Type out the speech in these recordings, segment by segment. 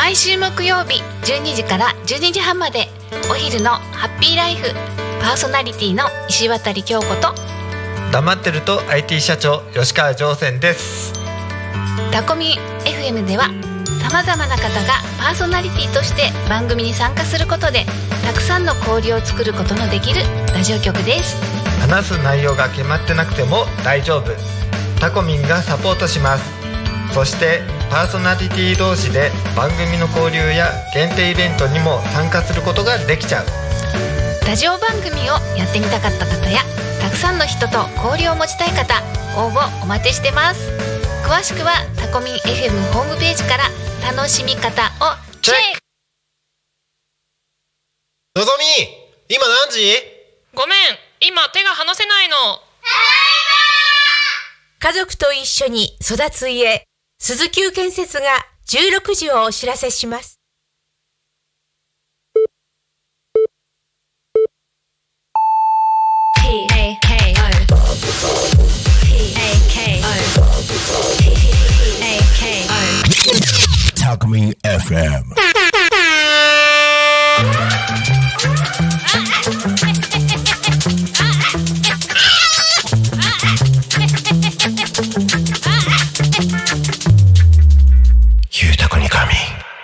毎週木曜日12時から12時半まで、お昼のハッピーライフパーソナリティの石渡京子と、 黙ってると IT 社長吉川上泉です。 タコミ FM では様々な方がパーソナリティとして番組に参加することで、たくさんの交流を作ることのできるラジオ局です。 話す内容が決まってなくても大丈夫、タコミンがサポートします。そしてパーソナリティ同士で番組の交流や限定イベントにも参加することができちゃう。 ラジオ番組をやってみたかった方や、たくさんの人と交流を持ちたい方、応募お待ちしてます。詳しくはタコミン FM ホームページから楽しみ方をチェック。 のぞみ、今何時？ ごめん、今手が離せないの。 家族と一緒に育つ家、鈴木建設が16時をお知らせします。 タコミン FM。ゆうたこに神。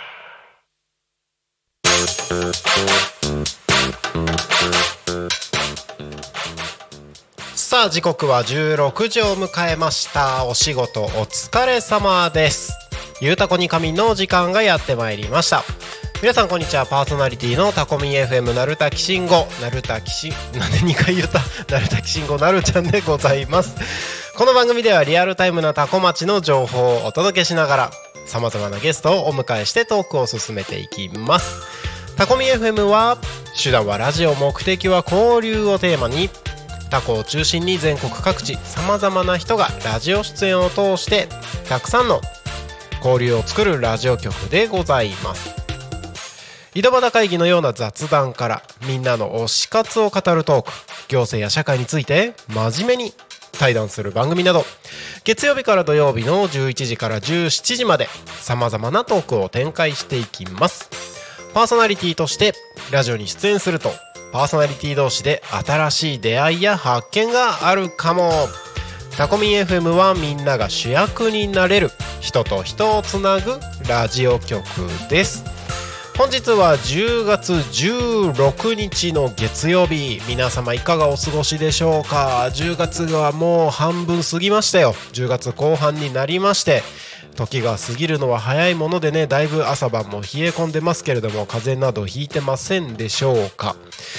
さあ、時刻は16時を迎えました。お仕事お疲れ様です。ゆうたこに神の時間がやってまいりました。皆さんこんにちは。パーソナリティのタコミン FM なるたきしんご、なんで2回言った、なるたきしんごなるちゃんでございます。この番組ではリアルタイムなタコ町の情報をお届けしながら、様々なゲストをお迎えしてトークを進めていきます。タコミン FM は手段はラジオ、目的は交流をテーマに、タコを中心に全国各地様々な人がラジオ出演を通してたくさんの交流を作るラジオ局でございます。井戸端会議のような雑談からみんなの推し活を語るトーク、行政や社会について真面目に対談する番組など、月曜日から土曜日の11時から17時まで様々なトークを展開していきます。パーソナリティとしてラジオに出演すると、パーソナリティ同士で新しい出会いや発見があるかも。タコミン FM はみんなが主役になれる、人と人をつなぐラジオ局です。本日は10月16日の月曜日、皆様いかがお過ごしでしょうか。10月がもう半分過ぎましたよ。10月後半になりまして、時が過ぎるのは早いものでね、だいぶ朝晩も冷え込んでますけれども、風邪などひいてませんでしょうか。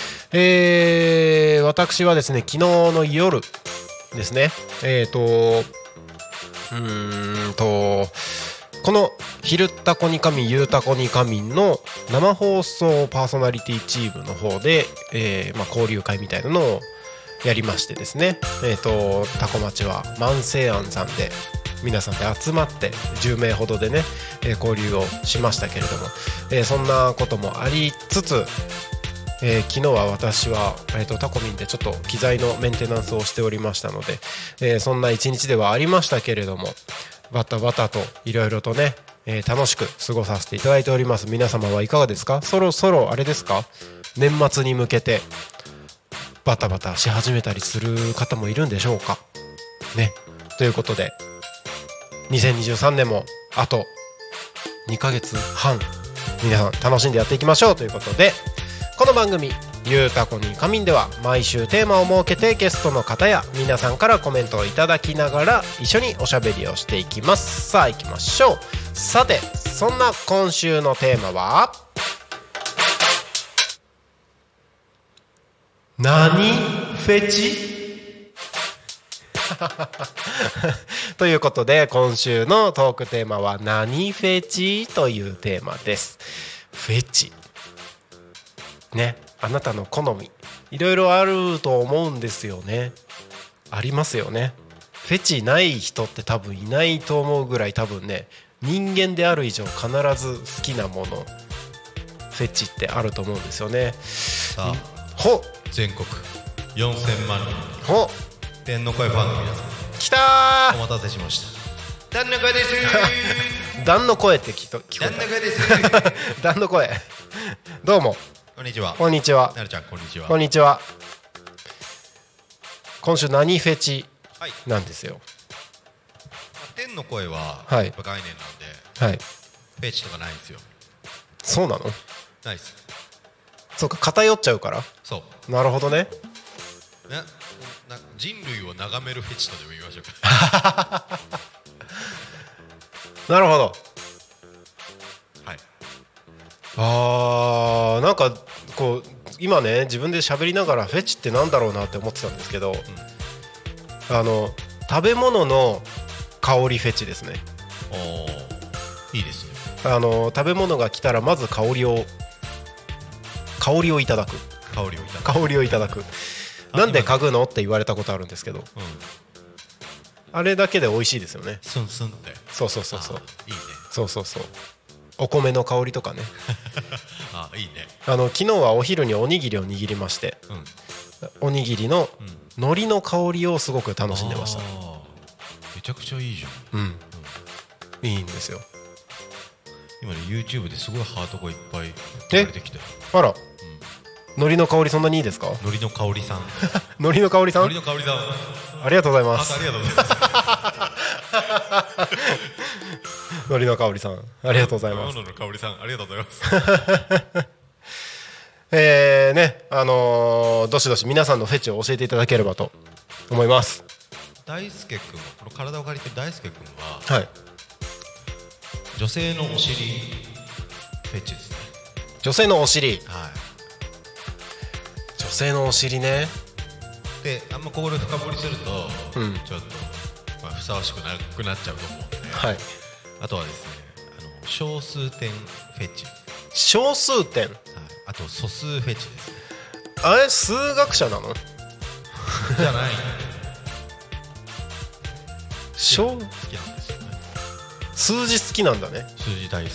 私はですね、昨日の夜ですね、この昼タコに神ゆうたこに神の生放送パーソナリティチームの方で、交流会みたいなのをやりましてですね、タコ町は万世庵さんで皆さんで集まって10名ほどでね、交流をしましたけれども、そんなこともありつつ、昨日は私は、タコミンでちょっと機材のメンテナンスをしておりましたので、そんな一日ではありましたけれども、バタバタといろいろとね、楽しく過ごさせていただいております。皆様はいかがですか？そろそろあれですか？年末に向けてバタバタし始めたりする方もいるんでしょうかね。ということで2023年もあと2ヶ月半、皆さん楽しんでやっていきましょうということで、この番組ゆうたこに神では毎週テーマを設けて、ゲストの方や皆さんからコメントをいただきながら一緒におしゃべりをしていきます。さあ行きましょう。さて、そんな今週のテーマは何フェチということで、今週のトークテーマは何フェチというテーマです。フェチね、あなたの好みいろいろあると思うんですよね。ありますよね。フェチない人って多分いないと思うぐらい、多分ね、人間である以上必ず好きなもの、フェチってあると思うんですよね。 さあ、全国4000万人天の声ファンの皆さん、 来たー、 お待たせしました。天の声です段の声って聞こえ旦那がですた段の声どうもこんにちは。 こんにちは。 なるちゃんこんにちは。 こんにちは。今週何フェチはい。 なんですよ。 天の声ははいやっぱ概念なんで、 はい。 フェチとかないんですよ。 そうなの？ ないです。 そうか、偏っちゃうから。 そうなるほどね。 人類を眺めるフェチとでも言いましょうか。 なるほど。 はい。 なんかこう今ね自分で喋りながらフェチってなんだろうなって思ってたんですけど、食べ物の香りフェチですね。 いいですね。 食べ物が来たらまず香りをいただく。香りをいただく。なんで嗅ぐのって言われたことあるんですけど、あれだけで美味しいですよね。 スンスンって。 そういいね。 そうお米の香りとかねいいね。 昨日はお昼におにぎりを握りまして、おにぎりの海苔の香りをすごく楽しんでました。 めちゃくちゃいいじゃん。 いいんですよ。 今ね YouTube ですごいハートがいっぱい出てきて。 あら、海苔の香りそんなにいいですか？ 海苔の香りさん。 海苔の香りさん。 海苔の香りさん。 ありがとうございます。 ありがとうございます。 海苔の香りさん、ありがとうございます。 海苔の香りさん、ありがとうございます。 どしどし皆さんのフェチを教えていただければと思います。 大輔君はこの体を借りて大輔君は、 はい、 女性のお尻フェチですね。 女性のお尻。 はい。 女性のお尻ね。 であんまここで深掘りすると、ちょっと、ふさわしくなくなっちゃうと思うんで、 はい、 あとはですね小数点フェチ。 小数点、 あと素数フェチですね。 あれ数学者なの？ じゃない小好きなんですよね。 数字好きなんだね。 数字大好き。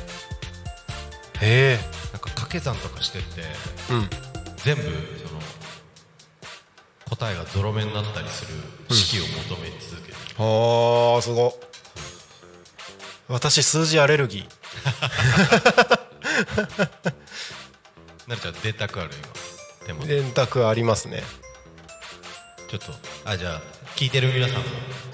へえ。 なんか掛け算とかしてって、 うん、 全部その答えがゾロ目になったりする式を求め続ける。 ああ、すごっ。私数字アレルギー。 なるちゃん電卓ある今。でも電卓ありますね。 ちょっとじゃあ聞いてる皆さんも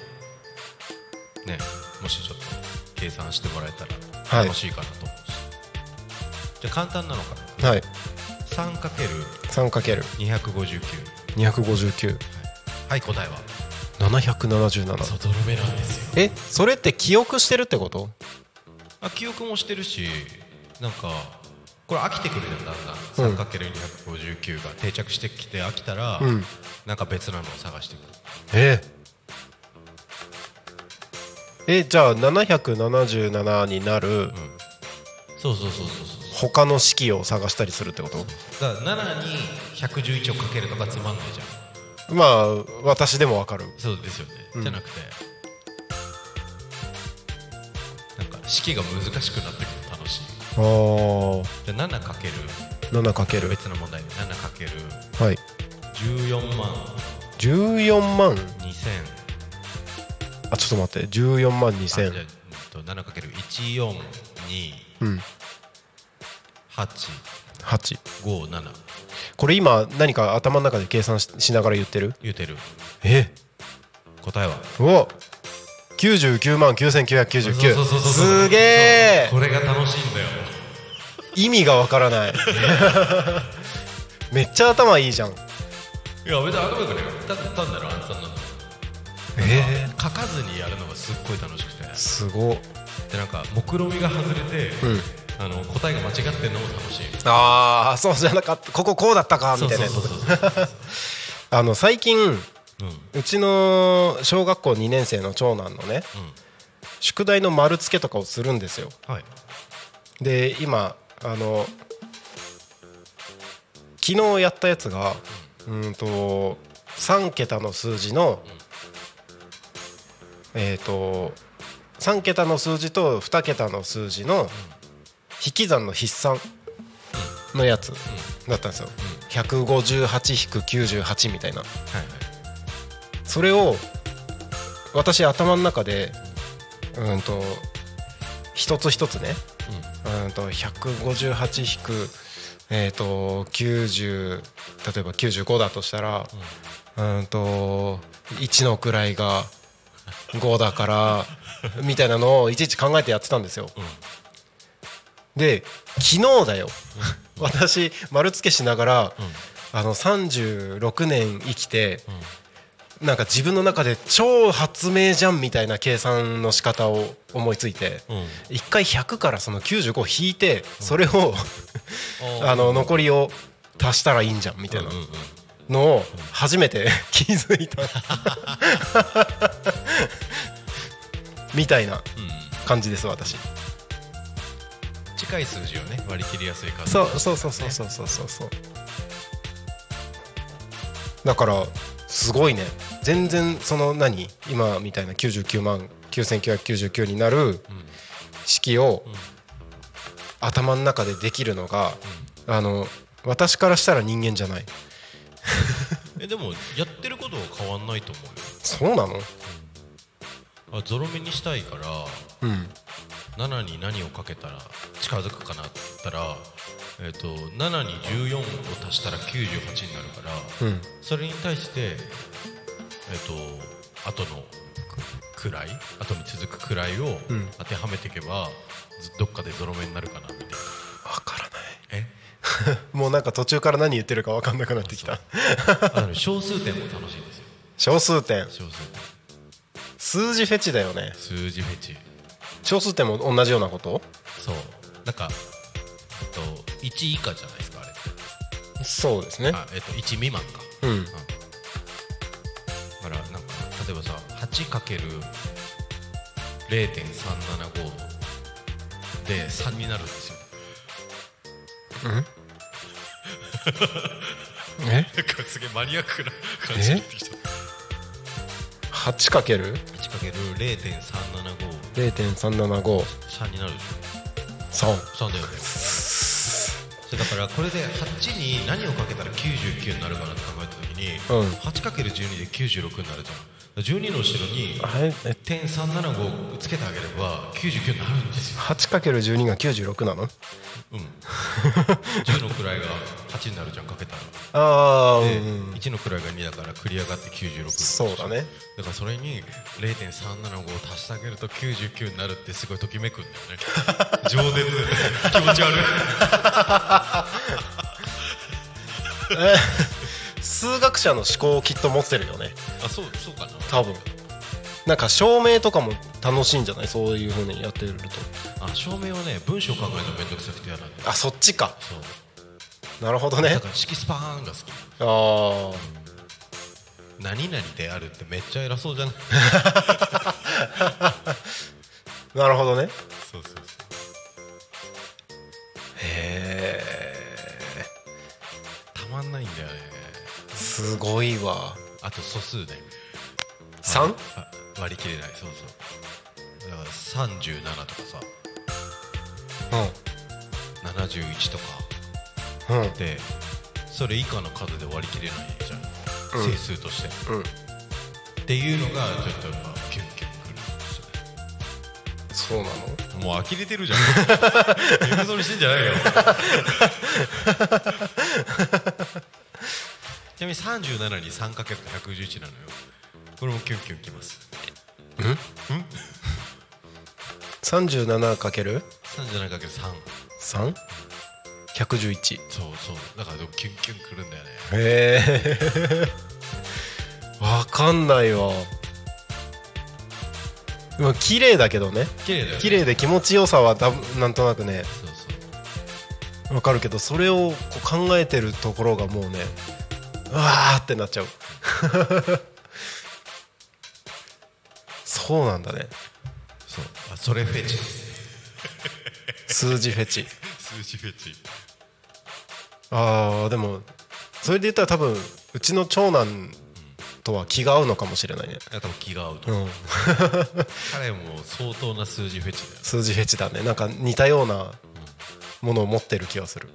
ね、もしちょっと計算してもらえたら楽しいかなと思うし、じゃあ簡単なのから。 はい。 3×259。 259。 はい、答えは 777。 そう、ゾロ目なんですよ。 それって記憶してるってこと？ 記憶もしてるし、なんかこれ飽きてくるじゃん、だんだん。3×259 が定着してきて飽きたら、なんか別なのを探してくる。 じゃあ777になる、 そう他の式を探したりするってこと？ だから7に111をかけるとかつまんないじゃん。 まあ私でもわかる。 そうですよね、じゃなくてなんか式が難しくなってくると楽しい。じゃあ7かける別の問題で7かける14万2000。 ちょっと待って、14万2000。 じゃあ7かける142、857。 これ今何か頭の中で計算 しながら言ってる？ 答えは 99万9999。 すげえ。 これが楽しいんだよ。 意味がわからない。めっちゃ頭いいじゃん。 いや別に頭よくね、単なる暗算なんだ。書かずにやるのがすっごい楽しくて。すごっ。でなんか目論見が外れて、答えが間違ってんのも楽しい。そうじゃなかった、ここうだったかみたいなやつ。 最近、うちの小学校2年生の長男のね、宿題の丸付けとかをするんですよ。で今昨日やったやつが3桁の数字の3桁の数字と2桁の数字の引き算の筆算のやつだったんですよ。158-98みたいな。それを私頭の中で一つ一つね、158引く90、例えば95だとしたら、1の位が5だからみたいなのをいちいち考えてやってたんですよ。で昨日だよ私丸付けしながら、36年生きて、なんか自分の中で超発明じゃんみたいな計算の仕方を思いついて、一回100からその95を引いて、それを残りを足したらいいんじゃんみたいなのを初めて気づいたみたいな感じです私。 近い数字をね割り切りやすい数。 そうだからすごいね。全然その今みたいな99万9999になる式を頭の中でできるのが、私からしたら人間じゃないでもやってることは変わんないと思うよ。 そうなの？ ゾロ目にしたいから、7に何をかけたら近づくかなって言ったら、7に14を足したら98になるから、それに対して後の位、後に続く位を当てはめていけば、どっかでゾロ目になるかなみたいな。 わからないもうなんか途中から何言ってるか分かんなくなってきた小数点も楽しいんですよ。 小数点、数字フェチだよね。 数字フェチ。 小数点も同じようなこと？そう、 なんか1以下じゃないですかあれって。そうですね。1未満か。だからなんか例えばさ 8×0.375 で3になるんですよ。なんかすげえマニアックな感じになってきちゃった。 8×0.375 3になるでしょ。 3だよね。だからこれで8に何をかけたら99になるかなって考えた時に、8×12 で96になるじゃん。12の後ろに点375をつけてあげれば99になるんですよ。 8×12 が96なの？ 10の位が8になるじゃん、かけたら。1の位が2だから繰り上がって96。 そうだね。 だからそれに 0.375 を足してあげると99になるってすごいときめくんだよね情熱気持ち悪い数学者の思考をきっと持ってるよね。 そうかな。 多分なんか証明とかも楽しいんじゃない？そういう風にやってると。 証明はね、文章考えるのめんどくさくて嫌なんだよ。 そっちか。 そう、 なるほどね。 だから式スパーンが好き。何々であるってめっちゃ偉そうじゃないなるほどね。 そうへー、たまんないんだよね。 すごいわ。 あと素数ね。 3？ 割り切れない。そうだから37とかさ、71とか、でそれ以下の数で割り切れないじゃん、整数として、っていうのがちょっとやっぱキュンキュンくるんですよね。そうなの？もう呆れてるじゃん眠そうにしてんじゃないよちなみに37に 3×111 なのよ。これもキュンキュンきます。 37×3？ 111。 そうだからキュンキュンくるんだよね。 へえわかんないわ。綺麗だけどね。綺麗で気持ちよさはなんとなくねわかるけど、それをこう考えてるところがもうね、うわーってなっちゃうそうなんだね。 それフェチ数字フェチ数字フェチ。 でもそれで言ったら多分うちの長男とは気が合うのかもしれないね。 多分気が合うと思う、彼も相当な数字フェチだよね。数字フェチだね。 なんか似たようなものを持ってる気がする、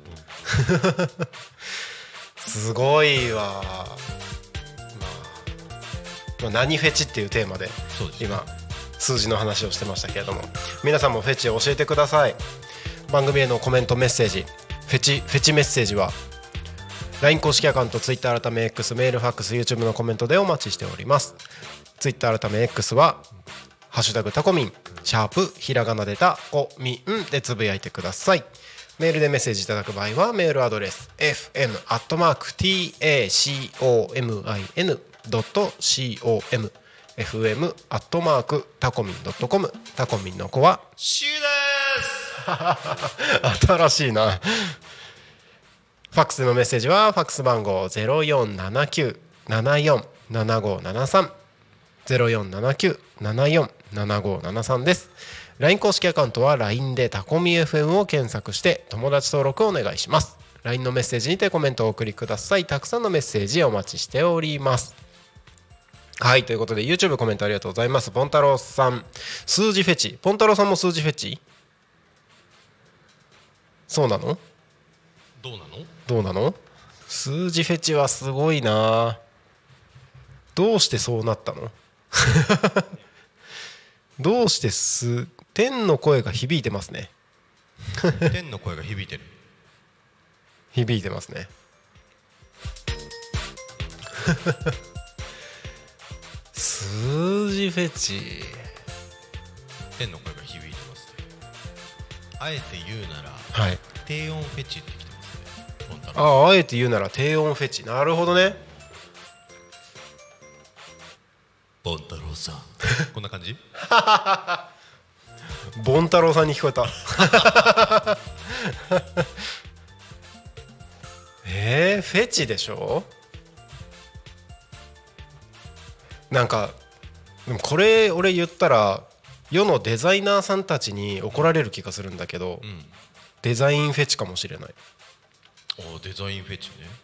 すごいわ。何フェチっていうテーマで今数字の話をしてましたけれども、皆さんもフェチを教えてください。番組へのコメントメッセージ、フェチメッセージは LINE 公式アカウント、Twitter 改め X、メール、ファックス、YouTube のコメントでお待ちしております。 Twitter 改め X はハッシュタグタコミン#ひらがなでタコミンでつぶやいてください。メールでメッセージいただく場合はメールアドレス fm@tacomin.com fm@tacomin.com タコミンの子はシュです新しいな。ファックスでのメッセージはファックス番号 0479747573 0479747573 です。 LINE 公式アカウントは LINE でタコミ FM を検索して友達登録をお願いします。 LINE のメッセージにてコメントをお送りください。たくさんのメッセージお待ちしております。はい、ということで YouTube コメントありがとうございます。ポンタロウさん、数字フェチ。ポンタロウさんも数字フェチ？そうなの？どうなの？数字フェチはすごいな。どうしてそうなったの？どうして天の声が響いてますね。 天の声が響いてる。 響いてますね。数字フェチ。 天の声が響いてますね。あえて言うなら、 はい、 低音フェチってきてますね。 あえて言うなら低音フェチ。なるほどね。 ボンタロウさんこんな感じ？ ボンタロウさんに聞こえた。フェチでしょ。なんかでもこれ俺言ったら世のデザイナーさんたちに怒られる気がするんだけど、デザインフェチかもしれない。 デザインフェチね。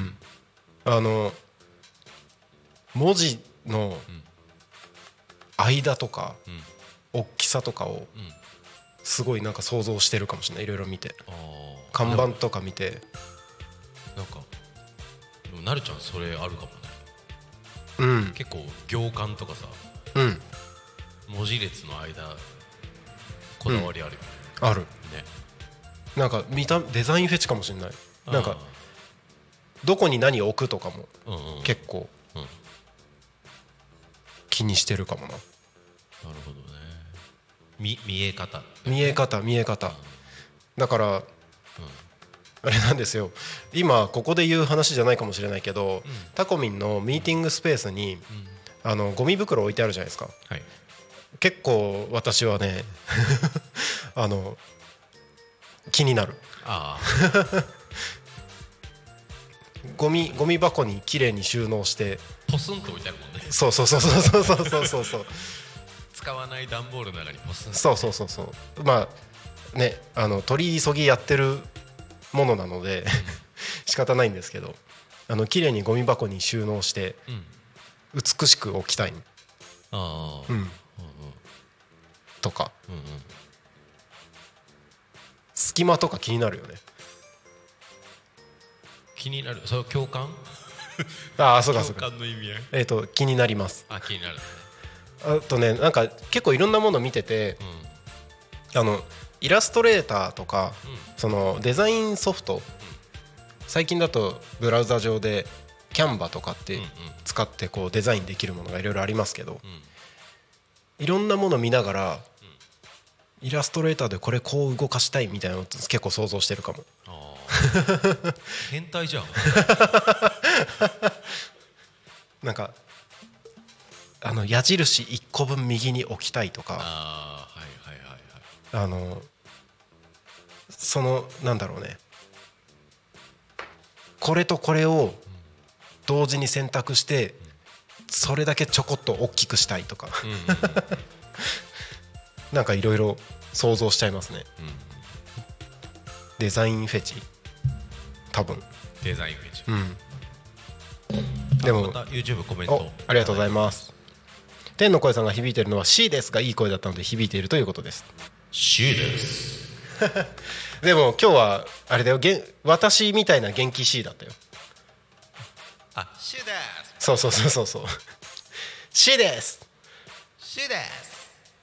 文字の間とか、大きさとかをすごいなんか想像してるかもしれない。いろいろ見て、看板とか見て、 なんかでもなるちゃんそれあるかもね。結構行間とかさ、文字列の間こだわりあるよね。 あるね。 なんかデザインフェチかもしれない。なんかどこに何を置くとかも結構気にしてるかもな。 なるほどね。見え方だから、あれなんですよ。今ここで言う話じゃないかもしれないけど、タコミンのミーティングスペースにゴミ袋置いてあるじゃないですか。結構私はね気になる。ゴミ箱にきれいに収納してポスンと置いてあるもんね。 そう使わない段ボールの中にポスンと。 そうまあね、取り急ぎやってるものなので仕方ないんですけど、きれいにゴミ箱に収納して美しく置きたい。とか、隙間とか気になるよね。 気になる。それ共感？ そうか。 共感の意味合い。 気になります。 気になる。 あとね、なんか結構いろんなもの見てて、イラストレーターとか、そのデザインソフト、最近だとブラウザ上でキャンバとかって使ってこうデザインできるものがいろいろありますけど、いろんなもの見ながらイラストレーターでこれこう動かしたいみたいなの結構想像してるかも。 変態じゃん。 なんか矢印1個分右に置きたいとか、そのなんだろうね、これとこれを同時に選択してそれだけちょこっと大きくしたいとか、なんかいろいろ想像しちゃいますね。デザインフェチ、多分デザインフェチ。 でもまた YouTube コメントありがとうございます。天の声さんが響いているのは C ですがいい声だったので響いているということです。 C ですでも今日はあれだよ、私みたいな元気 C だったよ。 C です。 そう C です。 C です。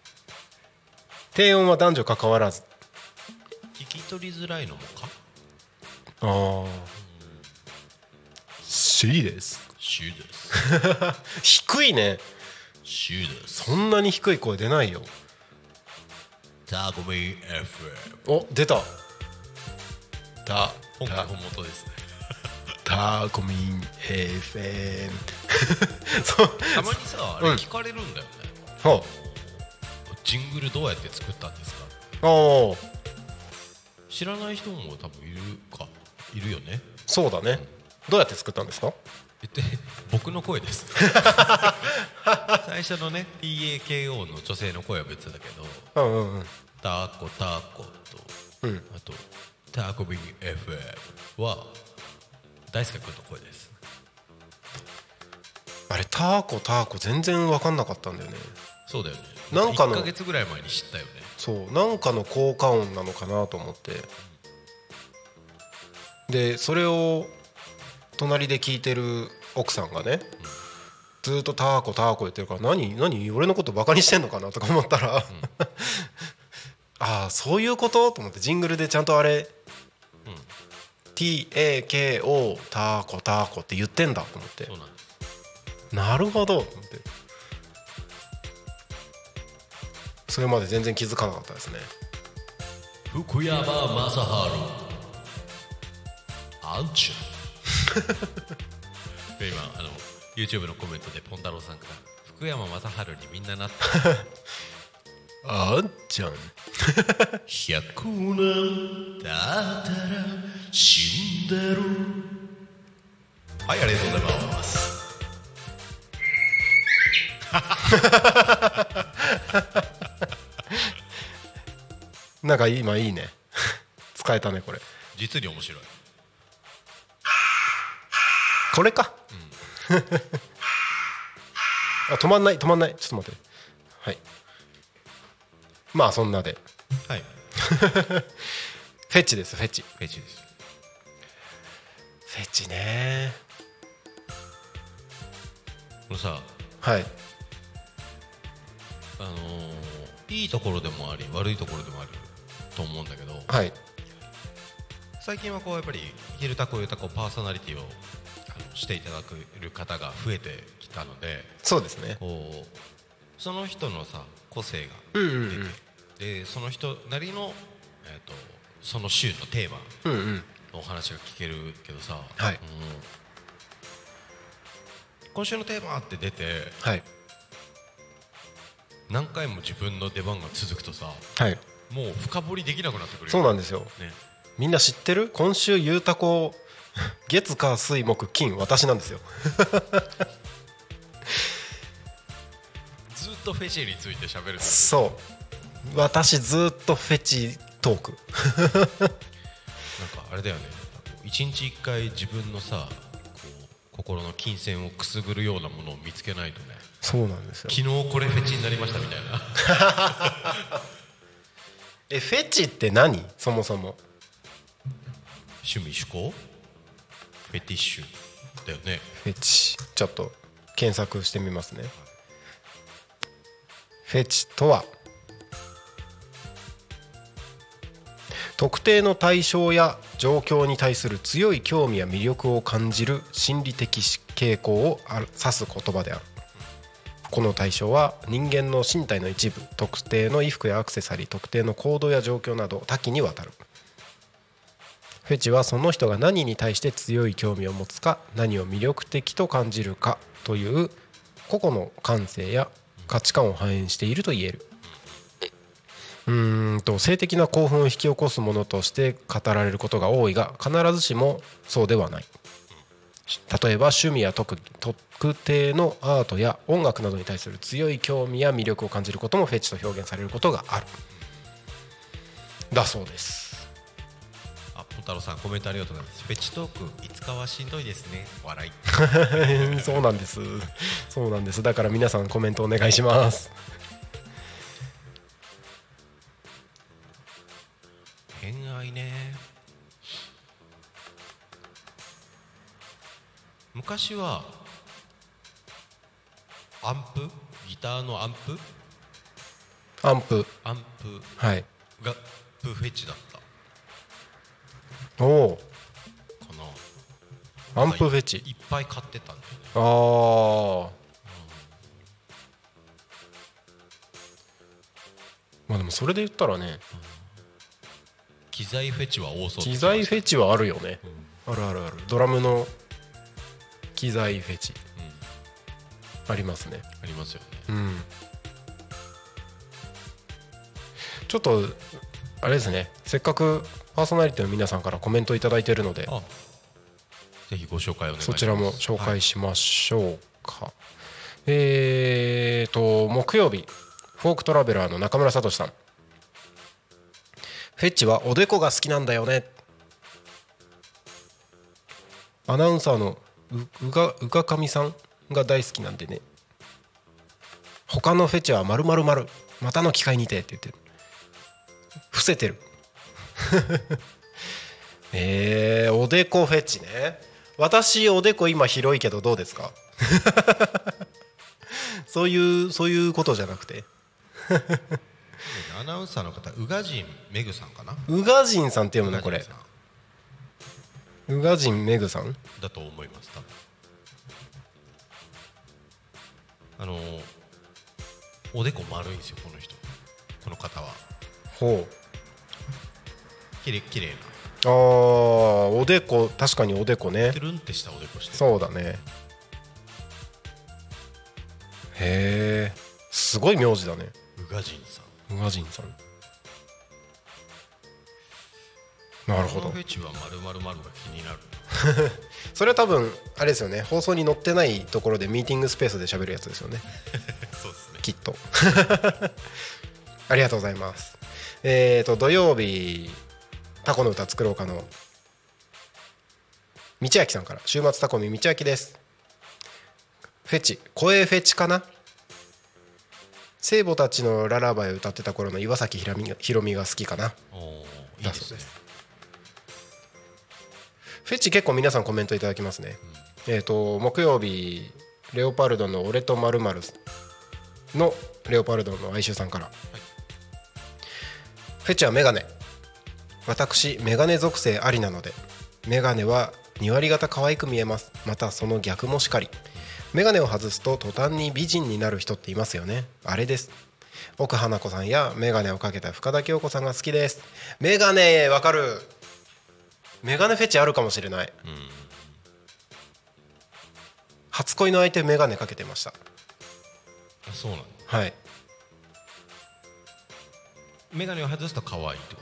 低音は男女関わらず。 聞き取りづらいのもか。 ああ、C です。 C です。 低いね。 C です。 そんなに低い声出ないよ。 タコミ FM。 お、出た。 本家本元ですね。 タコミン FM たまにさ、あれ聞かれるんだよね。 はジングルどうやって作ったんですか。 あ、おー、 知らない人も多分いるよね。 そうだね。どうやって作ったんですか。 僕の声です最初のね TAKO の女性の声は別だけど、 うんうんうん、 タコタコと、 うん、 あとタコミン FM は大輔君の声です。 あれタコ全然分かんなかったんだよね。 そうだよね。 なんかの 1ヶ月ぐらい前に知ったよね。 そう、なんかの効果音なのかなと思って、でそれを隣で聞いてる奥さんがね、ずっとタコ言ってるから、何俺のことバカにしてんのかなとか思ったら、ああそういうことと思って、ジングルでちゃんとあれ、TAKO タコって言ってんだと思って、 そうなんです。 なるほどと思って、それまで全然気づかなかったですね。 福山雅治アンチで今YouTube のコメントでポンタロウさんから福山雅治にみんななったあんちゃん 100年経ったら死んでる。はい、ありがとうございます。 なんか今いいね使えたねこれ。 実に面白い。 これか、あ、止まんないちょっと待って、はい、まあそんなで、 はいフェチです。フェチです。 フェチね。 このさ、 はい、 いいところでもあり悪いところでもあると思うんだけど、 はい、 最近はこうやっぱりゆうたこパーソナリティをしていただける方が増えてきたので、 そうですね、 こうその人のさ個性が出て、でその人なりの、その週のテーマのお話が聞けるけどさ、 はい、 今週のテーマって出て、 はい、 何回も自分の出番が続くとさ、 はい、 もう深掘りできなくなってくるよ。 そうなんですよ、 ね、 みんな知ってる？今週ゆうたこ月火水木金私なんですよずっとフェチについて喋る。 そう私ずっとフェチトークなんかあれだよね、一日一回自分のさこう心の金銭をくすぐるようなものを見つけないとね。 そうなんですよ。 昨日これフェチになりましたみたいなフェチって何？そもそも趣味趣向フェティッシュだよね。 フェチちょっと検索してみますね。フェチとは特定の対象や状況に対する強い興味や魅力を感じる心理的傾向を指す言葉である。この対象は人間の身体の一部、特定の衣服やアクセサリー、特定の行動や状況など多岐にわたる。フェチはその人が何に対して強い興味を持つか、何を魅力的と感じるかという個々の感性や価値観を反映していると言える。性的な興奮を引き起こすものとして語られることが多いが、必ずしもそうではない。例えば趣味や特定のアートや音楽などに対する強い興味や魅力を感じることもフェチと表現されることがあるだそうです。 あ、ポンタロウさんコメントありがとうございます。フェチトークいつかはしんどいですね、笑いそうなんですそうなんです。だから皆さんコメントお願いします。 偏愛ね。昔はアンプ、ギターのアンプアンプがプフェチだったおおかな。アンプフェチいっぱい買ってたんだよね。 まあでもそれで言ったらね、 機材フェチは多そう。 機材フェチはあるよね、ある。ドラムの機材フェチ、ありますね。 ありますよね。 ちょっとあれですね、せっかくパーソナリティの皆さんからコメントいただいているので、 ぜひご紹介お願いします。 そちらも紹介しましょうか。木曜日フォークトラベラーの中村聡さん、フェチはおでこが好きなんだよね。アナウンサーのうがかみさんが大好きなんでね。他のフェチは〇〇〇またの機会にてって言ってる。伏せてるおでこフェチね。私おでこ今広いけどどうですかそういうことじゃなくてアナウンサーの方、宇賀神めぐさんかな。 宇賀神さんって読むのこれ。宇賀神めぐさんだと思います。多分おでこ丸いんですよ、この方は。 ほう、 きれいな。 おでこ、確かにおでこね。 トゥルンってしたおでこしてる。 そうだね。へえ、すごい名字だね。 宇賀神さん。 宇賀神さん。なるほど。 このフェチは〇〇〇が気になるそれは多分あれですよね、放送に載ってないところでミーティングスペースで喋るやつですよねそうですね、 きっとありがとうございます。土曜日タコの歌作ろうかの道明さんから、週末タコミ道明です。フェチ、声フェチかな。聖母たちのララバイを歌ってた頃の岩崎宏美が好きかな。 いいですね。 フェチ結構皆さんコメントいただきますね。木曜日レオパルドの俺と〇〇のレオパルドの哀愁さんから、フェチはメガネ。私メガネ属性ありなので、メガネは2割方可愛く見えます。またその逆もしかり。メガネを外すと途端に美人になる人っていますよね。あれです。奥花子さんやメガネをかけた深田恭子さんが好きです。メガネわかる。メガネフェチあるかもしれない。初恋の相手メガネかけてました。 あ、そうなんだ。 はい。 メガネを外すと可愛いってこと？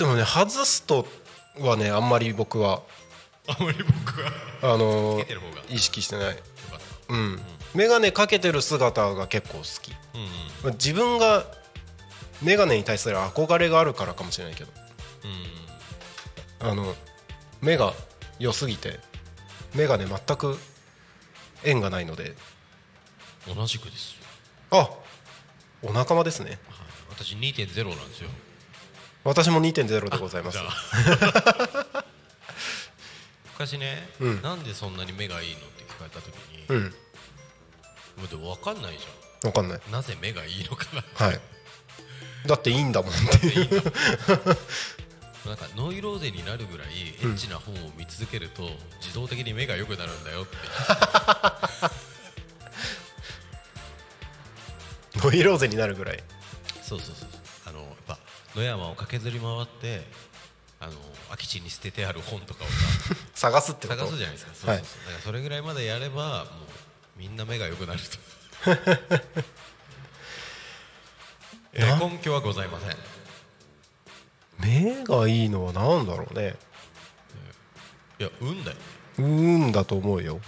でもね、外すとはね、あんまり僕はつけてる方が意識してない。メガネかけてる姿が結構好き。自分がメガネに対する憧れがあるからかもしれないけど、目が良すぎてメガネ全く縁がないので。 同じくです。 あ、お仲間ですね。 私 2.0 なんですよ。 私も 2.0 でございます。 昔ね、なんでそんなに目がいいのって聞かれた時に、もうでも分かんないじゃん。 分かんない。 なぜ目がいいのかなって。 はい。だっていいんだもんっていう。 なんかノイローゼになるぐらいエッチな本を見続けると自動的に目が良くなるんだよって。 ノイローゼになるぐらい。 そうやっぱ野山を駆けずり回って空き地に捨ててある本とかをさ探すってこと？ 探すじゃないですか。だからそれぐらいまでやればもうみんな目が良くなると。根拠はございません。 目がいいのは何だろうね。 いや、運だよ。 運だと思うよ。 ね。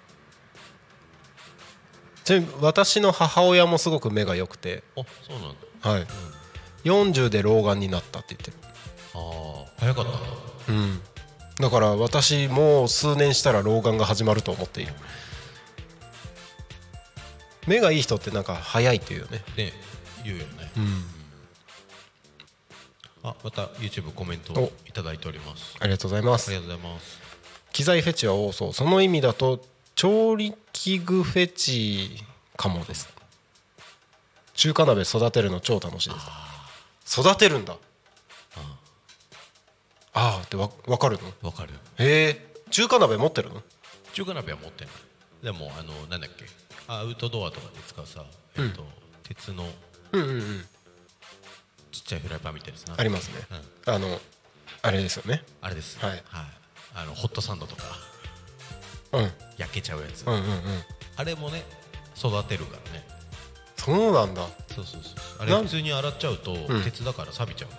ちなみに私の母親もすごく目が良くて。 あ、そうなんだ。 はい。40で老眼になったって言ってる。 ああ、早かった。 だから私もう数年したら老眼が始まると思っている。目がいい人ってなんか早いっていうよね。 ね、言うよね。あ、また YouTube コメントをいただいております。 ありがとうございます。 ありがとうございます。 機材フェチは多そう。その意味だと調理器具フェチかもです。 中華鍋育てるの超楽しいです。育てるんだ。あーって分かるの？ 分かる。 へえ。中華鍋持ってるの？ 中華鍋は持ってない。でもなんだっけ、アウトドアとかで使うさ、鉄のちっちゃいフライパンみたいですな。 ありますね。あれですよね。 あれです。 はい。 ホットサンドとか焼けちゃうやつ。あれもね育てるからね。 そうなんだ。 そうあれ普通に洗っちゃうと鉄だから錆びちゃうから、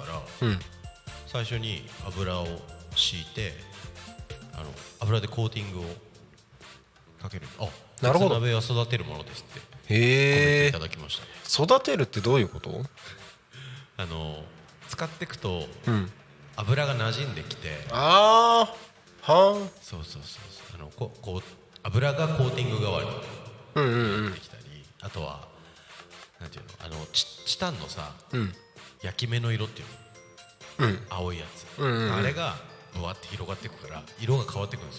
最初に油を敷いて油でコーティングをかける。 なるほど。 鉄鍋は育てるものですってコメントいただきました。 育てるってどういうこと？ 使っていくと油が馴染んできて、そうこう油がコーティング代わりにできたり、あとはなんていうの、チタンのさ、焼き目の色っていうの、青いやつ、あれがぶわって広がっていくから色が変わっていくんですよ。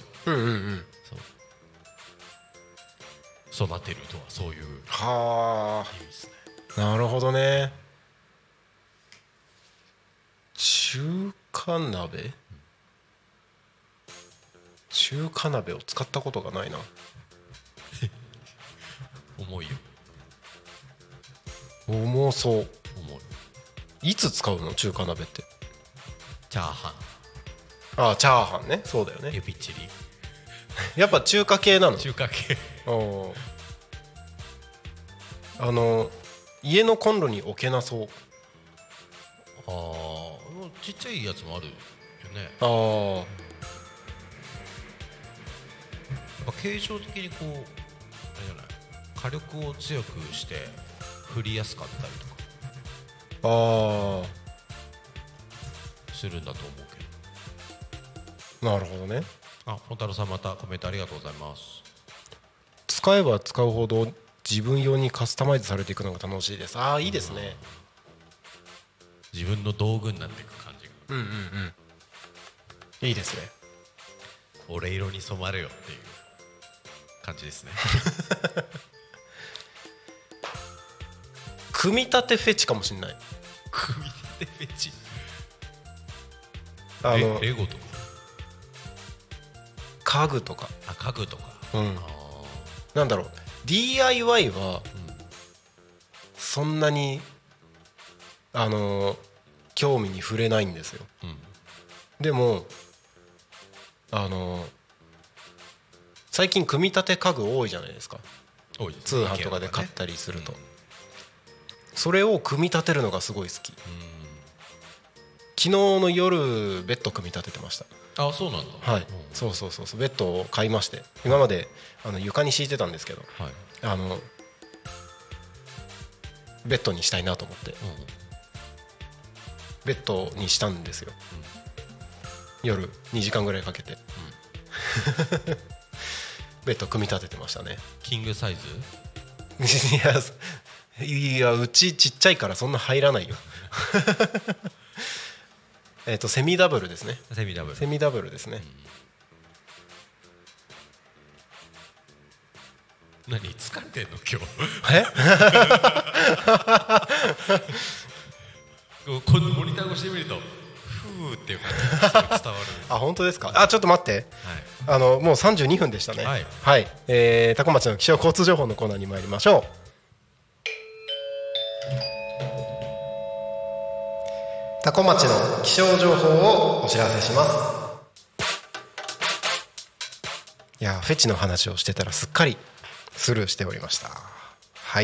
そう育てるとはそういう意味ですね。 なるほどね。中華鍋？中華鍋を使ったことがないな。 重いよ。 重そう。 重い。 いつ使うの中華鍋って？ チャーハン。チャーハンね。そうだよね。 エビチリ。 やっぱ中華系なの？ 中華系。 家のコンロに置けなそう。 ちっちゃいやつもあるよね。やっぱ形状的にこうあれじゃない、火力を強くして振りやすかったりとかするんだと思うけど。 なるほどね。 本太郎さんまたコメントありがとうございます。 使えば使うほど自分用にカスタマイズされていくのが楽しいです。いいですね。 自分の道具になっていく感じが。 いいですね。 俺色に染まれよっていう感じですね。 組み立てフェチかもしれない。 組み立てフェチ。レゴとか家具とか。 家具とか。 なんだろう、 DIY はそんなに興味に触れないんですよ。でも最近組み立て家具多いじゃないですか。 多いですね。 通販とかで買ったりすると、それを組み立てるのがすごい好き。昨日の夜ベッド組み立ててました。 そうなんだ。 はい、そうベッドを買いまして、今まで床に敷いてたんですけど、ベッドにしたいなと思って、ベッドにしたんですよ。夜2時間ぐらいかけて、ベッド組み立ててましたね。 キングサイズ？ いやうちちっちゃいからそんな入らないよ。セミダブルですね。セミダブルですね。 何疲れてんの今日？このモニター越しで見るとふーっていう感じが伝わる。 本当ですか。ちょっと待って、もう32分でしたね。はい、多古町の気象交通情報のコーナーに参りましょう。多古町の気象情報をお知らせします。いやフェチの話をしてたらすっかりスルーしておりました。はい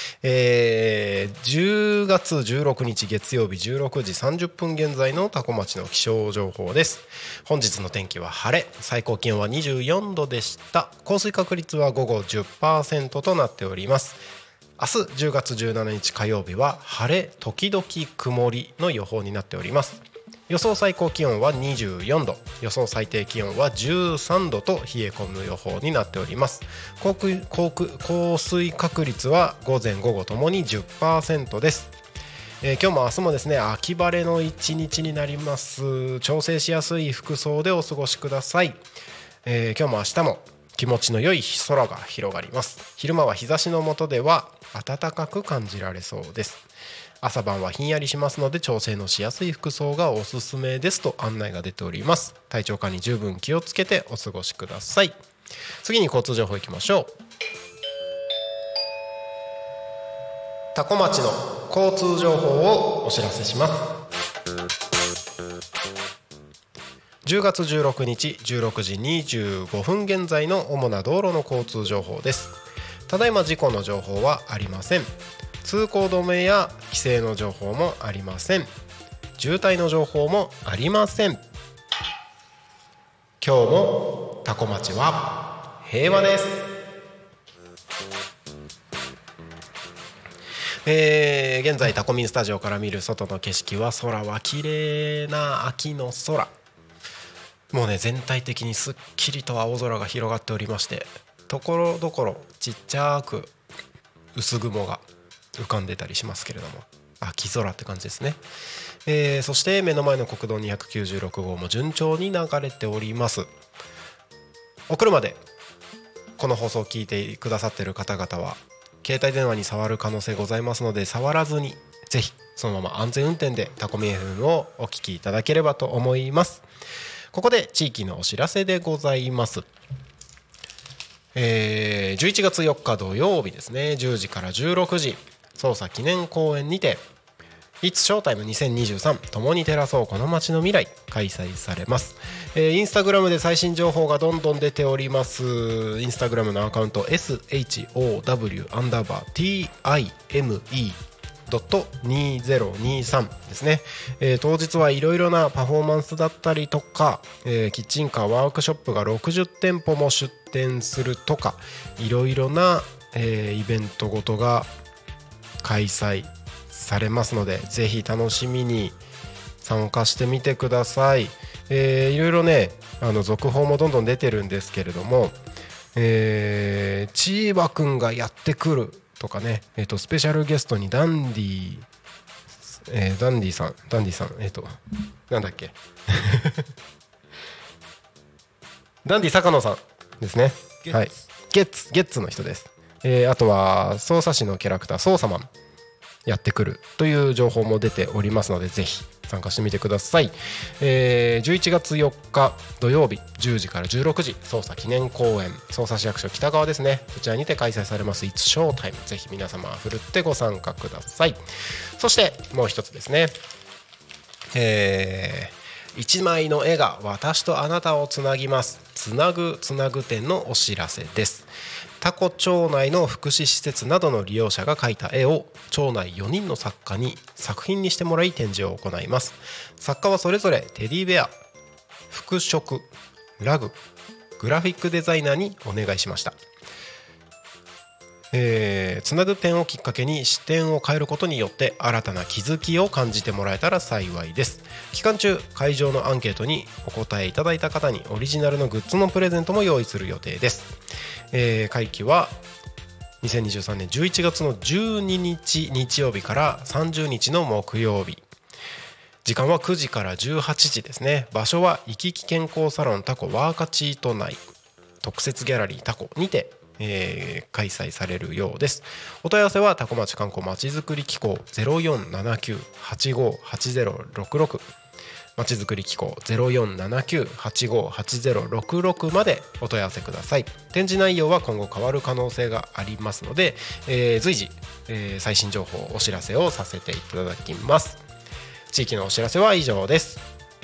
、10月16日月曜日16時30分現在の多古町の気象情報です。本日の天気は晴れ、最高気温は24度でした。降水確率は午後 10% となっております。明日10月17日火曜日は晴れ時々曇りの予報になっております。予想最高気温は24度、予想最低気温は13度と冷え込む予報になっております。降水確率は午前午後ともに 10% です。今日も明日もですね秋晴れの一日になります。調整しやすい服装でお過ごしください。今日も明日も気持ちの良い空が広がります。昼間は日差しの下では暖かく感じられそうです。朝晩はひんやりしますので調整のしやすい服装がおすすめですと案内が出ております。体調管理十分気をつけてお過ごしください。次に交通情報いきましょう。多古町の交通情報をお知らせします。10月16日16時25分現在の主な道路の交通情報です。ただいま事故の情報はありません。通行止めや規制の情報もありません。渋滞の情報もありません。今日も多古町は平和です。現在タコミンスタジオから見る外の景色は、空は綺麗な秋の空、もうね全体的にすっきりと青空が広がっておりまして、ところどころちっちゃく薄雲が浮かんでたりしますけれども、秋空って感じですね。そして目の前の国道296号も順調に流れております。お車でこの放送を聞いてくださっている方々は携帯電話に触る可能性ございますので、触らずにぜひそのまま安全運転でタコミ FM をお聞きいただければと思います。ここで地域のお知らせでございます。11月4日土曜日ですね、10時から16時捜査記念公演にて It's Showtime 2023 共に照らそうこの街の未来開催されます。インスタグラムで最新情報がどんどん出ております。インスタグラムのアカウント SHOW_TIME.2023 ですね。当日はいろいろなパフォーマンスだったりとか、キッチンカーワークショップが60店舗も出店するとか、いろいろな、イベントごとが開催されますので、ぜひ楽しみに参加してみてください。いろいろね続報もどんどん出てるんですけれども、チーバくんがやってくるとかね、スペシャルゲストにダンディさんなんだっけダンディ坂野さんですね。はい、ゲッツの人です。あとは匝瑳市のキャラクターソーサマンやってくるという情報も出ておりますので、ぜひ参加してみてください。11月4日土曜日10時から16時捜査記念公演、匝瑳市役所北側ですね、そちらにて開催されます It's Showtime、 ぜひ皆様ふるってご参加ください。そしてもう一つですね、一枚の絵が私とあなたをつなぎます、つなぐ展のお知らせです。タコ町内の福祉施設などの利用者が描いた絵を町内4人の作家に作品にしてもらい展示を行います。作家はそれぞれテディベア、服飾、ラグ、グラフィックデザイナーにお願いしました。つなぐ点をきっかけに視点を変えることによって新たな気づきを感じてもらえたら幸いです。期間中会場のアンケートにお答えいただいた方にオリジナルのグッズのプレゼントも用意する予定です。会期は2023年11月の12日日曜日から30日の木曜日、時間は9時から18時ですね。場所は生き生き健康サロンタコワーカチート内特設ギャラリータコにて開催されるようです。お問い合わせはタコ町観光まちづくり機構 0479-858066 まちづくり機構 0479-858066 までお問い合わせください。展示内容は今後変わる可能性がありますので、随時、最新情報お知らせをさせていただきます。地域のお知らせは以上です。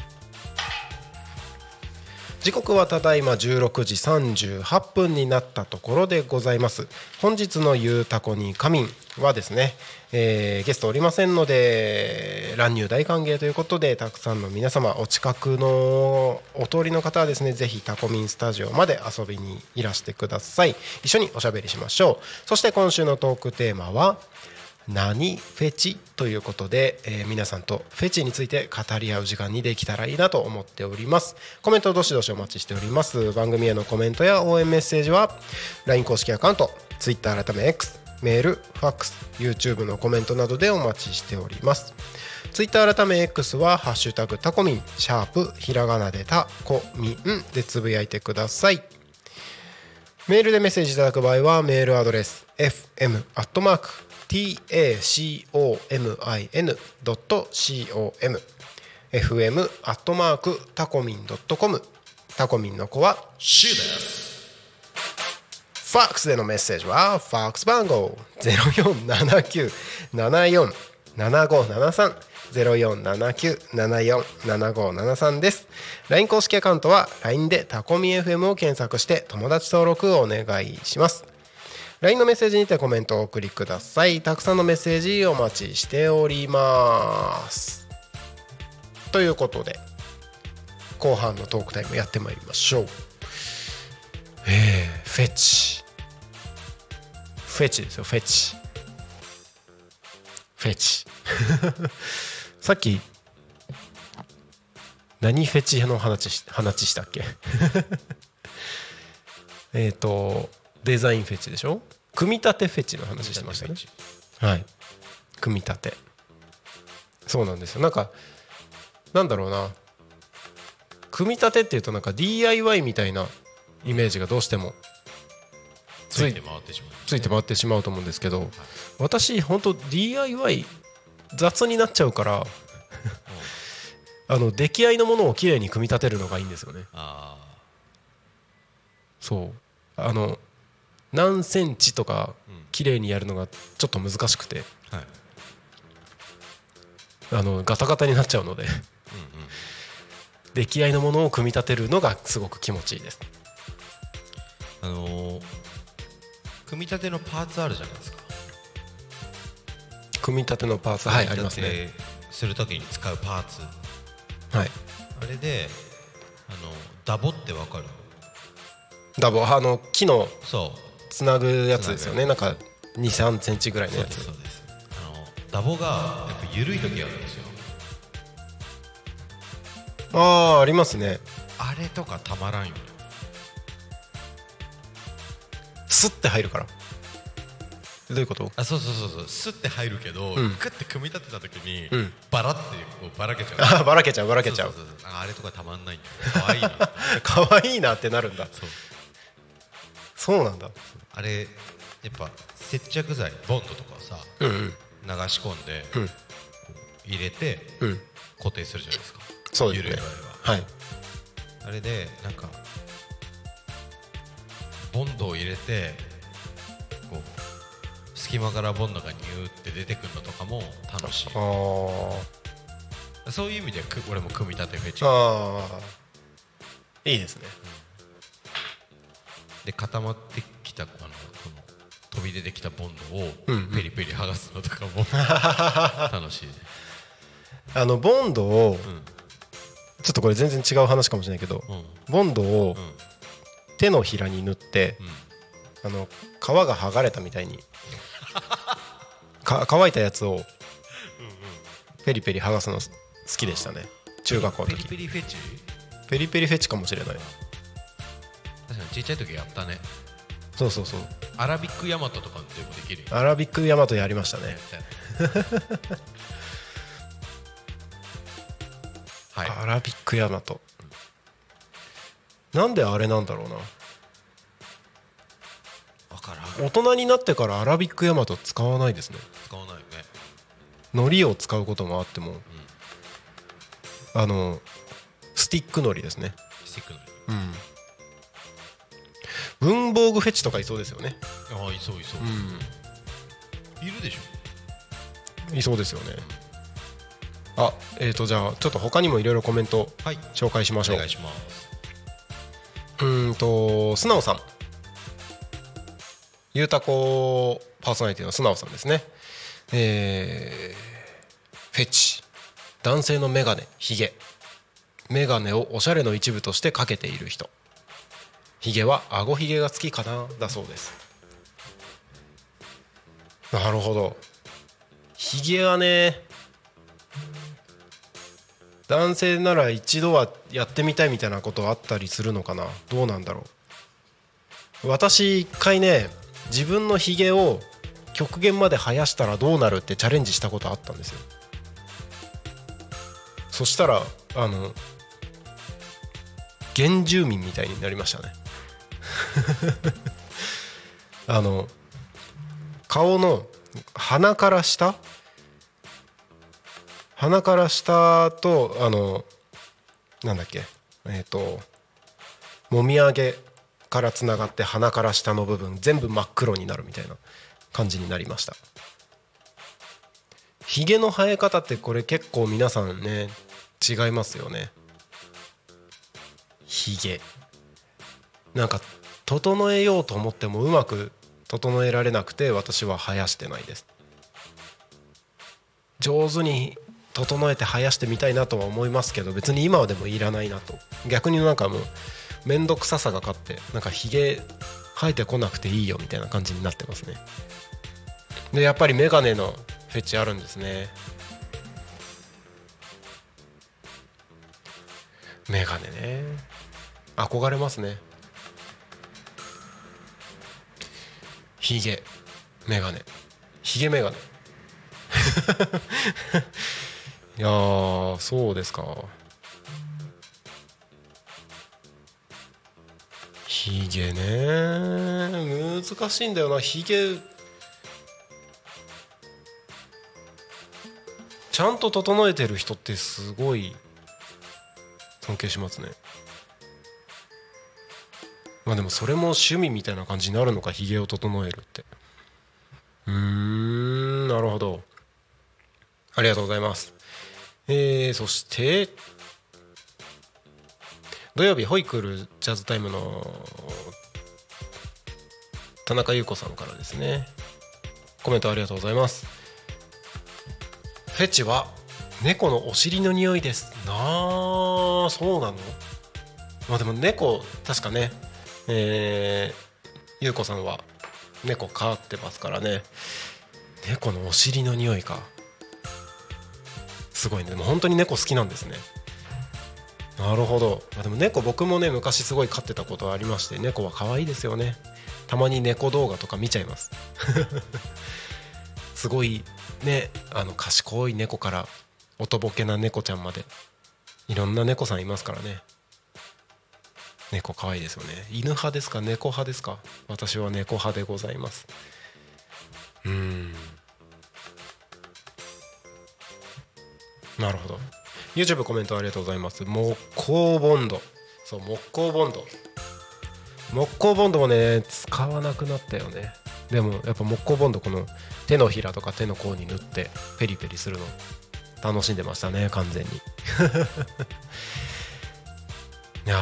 時刻はただいま16時38分になったところでございます。本日のゆうたこに仮眠はですね、ゲストおりませんので乱入大歓迎ということで、たくさんの皆様お近くのお通りの方はですね、ぜひタコミンスタジオまで遊びにいらしてください。一緒におしゃべりしましょう。そして今週のトークテーマは何フェチということで、皆さんとフェチについて語り合う時間にできたらいいなと思っております。コメントどしどしお待ちしております。番組へのコメントや応援メッセージは LINE 公式アカウント、Twitter 改め X、メール、ファックス、YouTube のコメントなどでお待ちしております。Twitter 改め X はハッシュタグタコミン#ひらがなでタコミンでつぶやいてください。 メールでメッセージいただく場合はメールアドレス fm@tacomin.com fm@tacomin.com タコミンの子はシュウですファックスでのメッセージはファックス番号 0479747573 0479747573 です。 LINE 公式アカウントは LINE でタコミ FM を検索して友達登録をお願いします。 LINE のメッセージにてコメントをお送りください。たくさんのメッセージお待ちしておりますということで後半のトークタイムやってまいりましょう。フェチですよ。フェチさっき何フェチの話したっけデザインフェチでしょ。組み立てフェチの話してましたね。はい、組み立て。そうなんですよ。なんだろうな、組み立てっていうとなんか DIY みたいなイメージがどうしてもついて回ってしまうと思うんですけど、私本当 DIY 雑になっちゃうから出来合いのものをきれいに組み立てるのがいいんですよね。そう何センチとかきれいにやるのがちょっと難しくて、ガタガタになっちゃうので出来合いのものを組み立てるのがすごく気持ちいいです。 組み立てのパーツあるじゃないですか。 組み立てのパーツ、はいありますね。 するときに使うパーツ、 はい、 あれでダボってわかる？ ダボ木のそうつなぐやつですよね。なんか 2,3 センチぐらいのやつ。 そうですダボがやっぱ緩い時あるんですよ。 ありますね。 あれとかたまらんよね。 スッて入るから。どういうこと？ そうスッて入るけど、グッて組み立てた時に、バラってこうばらけちゃう。 ばらけちゃう。 あれとかたまんないんだよ。可愛いな可愛いなってなるんだ。そうなんだ。 あれやっぱ接着剤ボンドとかさ、流し込んで、入れて、固定するじゃないですか。 そうですね。 緩い場合は、はい、あれでなんかボンドを入れてこう隙間からボンドがニューって出てくるのとかも楽しい。そういう意味で俺も組み立てフェチ。 いいですね。 で固まってきたこの飛び出てきたボンドをペリペリ剥がすのとかも楽しいね。 ボンドを、ちょっとこれ全然違う話かもしれないけど、ボンドを手のひらに塗って、皮が剥がれたみたいに乾いたやつをペリペリ剥がすの好きでしたね、中学校の時。 ペリペリフェチ？ ペリペリフェチかもしれない。 確かにちっちゃい時やったね。 そうアラビックヤマトとかでもできるよ。 アラビックヤマトやりましたね。はい、アラビックヤマト、なんであれなんだろうな。 分からん。 大人になってからアラビックヤマト使わないですね。 使わないよね。 海苔を使うこともあっても、スティック海苔ですね。 スティック海苔。 文房具フェチとかいそうですよね。 いそう、いるでしょ。 いそうですよね。じゃあちょっと他にもいろいろコメント紹介しましょう。 お願いします。 素直さん、ゆうたこパーソナリティの素直さんですね。フェチ、男性のメガネ、ヒゲ、メガネをおしゃれの一部としてかけている人、ヒゲは顎ヒゲが好きかな、だそうです。なるほど。ヒゲはね、男性なら一度はやってみたいみたいなことあったりするのかな。どうなんだろう。私一回ね、自分のヒゲを極限まで生やしたらどうなるってチャレンジしたことあったんですよ。そしたら原住民みたいになりましたね顔の鼻から下となんだっけもみあげからつながって鼻から下の部分全部真っ黒になるみたいな感じになりました。ひげの生え方ってこれ結構皆さんね違いますよね。ひげなんか整えようと思ってもうまく整えられなくて私は生やしてないです。上手に整えて生やしてみたいなとは思いますけど別に今はでもいらないなと。逆になんかもう面倒くささが勝ってなんかひげ生えてこなくていいよみたいな感じになってますね。でやっぱりメガネのフェチあるんですね。メガネね憧れますね。ひげメガネひげメガネいやーそうですか。ひげね難しいんだよな。ひげちゃんと整えてる人ってすごい尊敬しますね。まあでもそれも趣味みたいな感じになるのか、ひげを整えるって。なるほど、ありがとうございます。そして土曜日ホイクルジャズタイムの田中優子さんからですね、コメントありがとうございます。フェチは猫のお尻の匂いですなあ。そうなの。まあでも猫確かね、優子さんは猫飼ってますからね。猫のお尻の匂いか、すごいね。でも本当に猫好きなんですね。なるほど。でも猫僕もね昔すごい飼ってたことありまして、猫は可愛いですよね。たまに猫動画とか見ちゃいますすごいね、賢い猫からおとぼけな猫ちゃんまでいろんな猫さんいますからね。猫可愛いですよね。犬派ですか猫派ですか。私は猫派でございます。なるほど。 YouTube コメントありがとうございます。木工ボンド、そう木工ボンドもね使わなくなったよね。でもやっぱ木工ボンドこの手のひらとか手の甲に塗ってペリペリするの楽しんでましたね完全にいや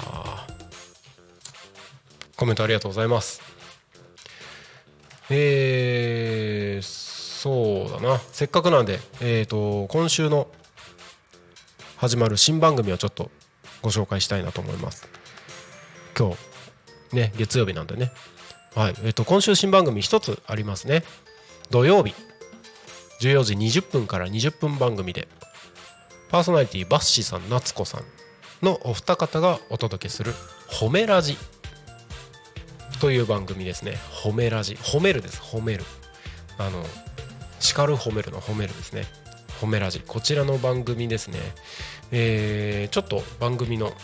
コメントありがとうございます。そうだな、せっかくなんで今週の始まる新番組をちょっとご紹介したいなと思います。今日ね月曜日なんでね、はい、今週新番組一つありますね。土曜日14時20分から20分番組でパーソナリティバッシーさん夏子さんのお二方がお届けする褒めラジという番組ですね。褒めラジ、褒めるです。褒める、叱る褒めるの褒めるですね。褒めラジ、こちらの番組ですね。ちょっと番組の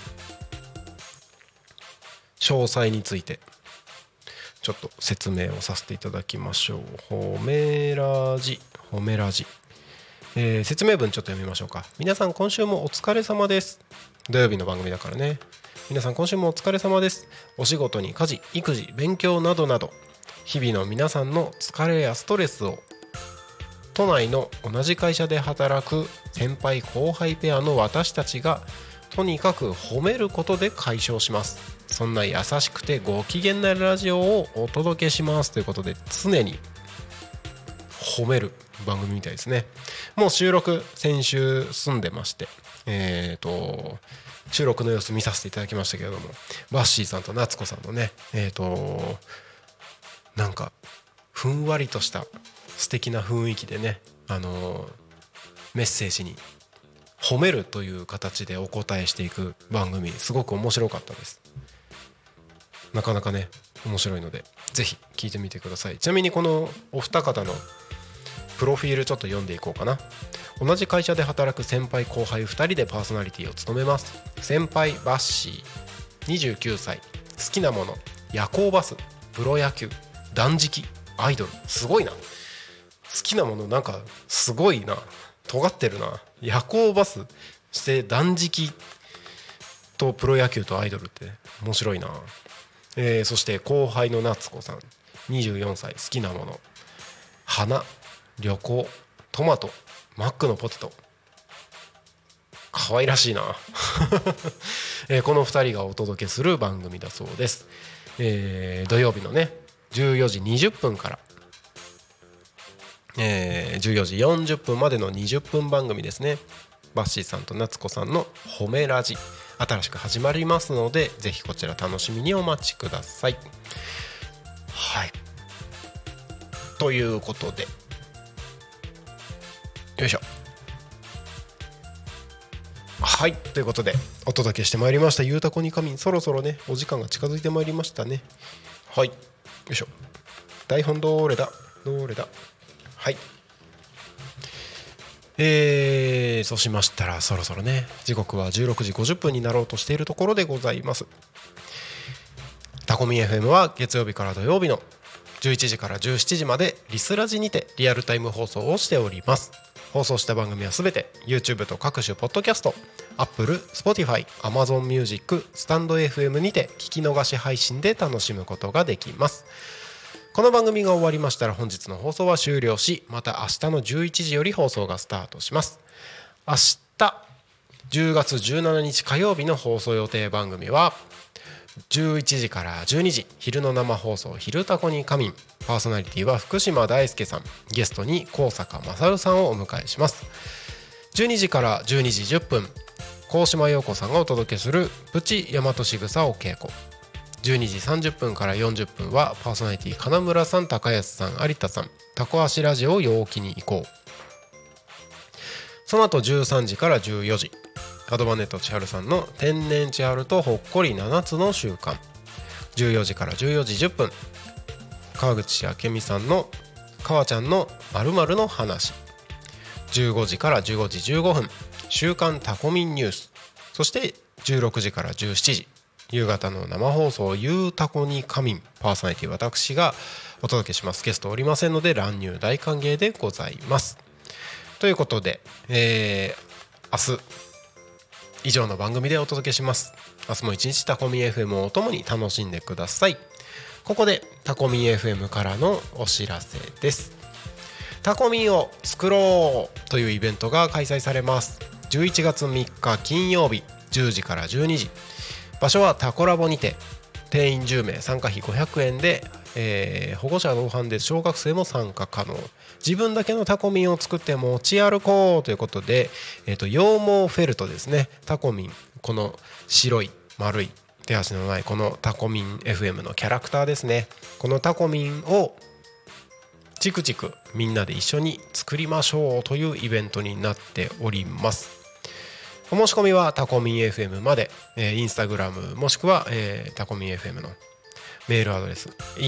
詳細についてちょっと説明をさせていただきましょう。褒めラジ、褒めラジ、説明文ちょっと読みましょうか。皆さん今週もお疲れ様です。土曜日の番組だからね。皆さん今週もお疲れ様です。お仕事に家事、育児、勉強などなど日々の皆さんの疲れやストレスを都内の同じ会社で働く先輩後輩ペアの私たちがとにかく褒めることで解消します。そんな優しくてご機嫌なラジオをお届けしますということで、常に褒める番組みたいですね。もう収録先週済んでまして、収録の様子見させていただきましたけれども、バッシーさんと夏子さんのねなんかふんわりとした素敵な雰囲気でね、メッセージに褒めるという形でお答えしていく番組、すごく面白かったです。なかなかね面白いのでぜひ聞いてみてください。ちなみにこのお二方のプロフィールちょっと読んでいこうかな。同じ会社で働く先輩後輩2人でパーソナリティを務めます。先輩バッシー29歳、好きなもの夜行バス、プロ野球、 断食アイドル、すごいな。好きなものなんかすごいな、尖ってるな。夜行バスして断食とプロ野球とアイドルって面白いな。そして後輩の夏子さん24歳、好きなもの花、旅行、トマト、マックのポテト、可愛らしいなこの2人がお届けする番組だそうです。土曜日のね14時20分から、14時40分までの20分番組ですね。バッシーさんと夏子さんの褒めラジ、新しく始まりますので、ぜひこちら楽しみにお待ちください。はい、ということで、よいしょ。はい、ということでお届けしてまいりましたゆうたこにかみん、そろそろねお時間が近づいてまいりましたね。はい、よいしょ。台本どれだはい、そうしましたらそろそろね、時刻は16時50分になろうとしているところでございます。タコミ FM は月曜日から土曜日の11時から17時までリスラジにてリアルタイム放送をしております。放送した番組はすべて YouTube と各種ポッドキャスト、Apple、Spotify、Amazon Music、スタンド FM にて聞き逃し配信で楽しむことができます。この番組が終わりましたら本日の放送は終了し、また明日の11時より放送がスタートします。明日10月17日火曜日の放送予定番組は11時から12時、昼の生放送昼タコに仮眠。パーソナリティは福島大輔さん、ゲストに高坂勝さんをお迎えします。12時から12時10分、高島陽子さんがお届けするプチ大和しぐさお稽古。12時30分から40分はパーソナリティ金村さん、高安さん、有田さん、タコ足ラジオ陽気に行こう。その後13時から14時、アドバネット千春さんの天然千春とほっこり7つの習慣。14時から14時10分、川口明美さんの川ちゃんの〇〇の話。15時から15時15分、週刊タコミンニュース。そして16時から17時、夕方の生放送ゆうたこに仮眠。パーソナリティ私がお届けします。ゲストおりませんので乱入大歓迎でございます。ということで、明日以上の番組でお届けします。明日も一日タコミン FM をおともに楽しんでください。ここでタコミン FM からのお知らせです。タコミンを作ろうというイベントが開催されます。11月3日金曜日10時から12時、場所はタコラボにて、定員10名、参加費500円で、保護者同伴で小学生も参加可能。自分だけのタコミンを作って持ち歩こうということで、羊毛フェルトですね。タコミン、この白い丸い手足のないこのタコミン FM のキャラクターですね。このタコミンをチクチクみんなで一緒に作りましょうというイベントになっております。お申し込みはタコミン FM まで、インスタグラムもしくは、タコミン FM のメールアドレス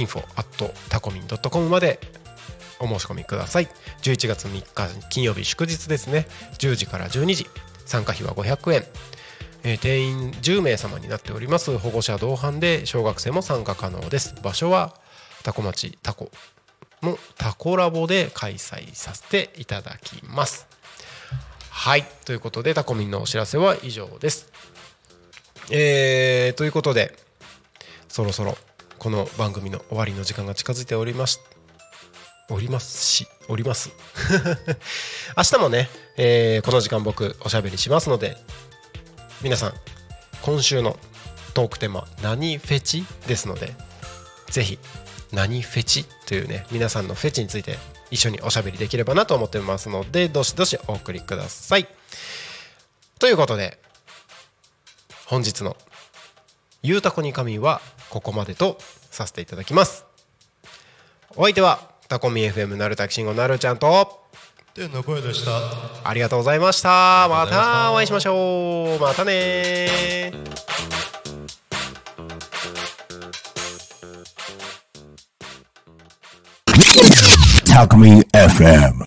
info@tacomin.com までお申し込みください。11月3日金曜日祝日ですね。10時から12時、参加費は500円、定員10名様になっております。保護者同伴で小学生も参加可能です。場所はタコ町タコのタコラボで開催させていただきます。はい、ということでタコミンのお知らせは以上です。ということでそろそろこの番組の終わりの時間が近づいております明日もね、この時間僕おしゃべりしますので、皆さん今週のトークテーマ何フェチですので、ぜひ何フェチというね、皆さんのフェチについて一緒におしゃべりできればなと思ってますので、どしどしお送りください。ということで本日のゆうたこにかみはここまでとさせていただきます。お相手はタコミン FM なるたきしんごなるちゃんと天の声でした。 ありがとうございました。またお会いしましょう。またね。 タコミン FM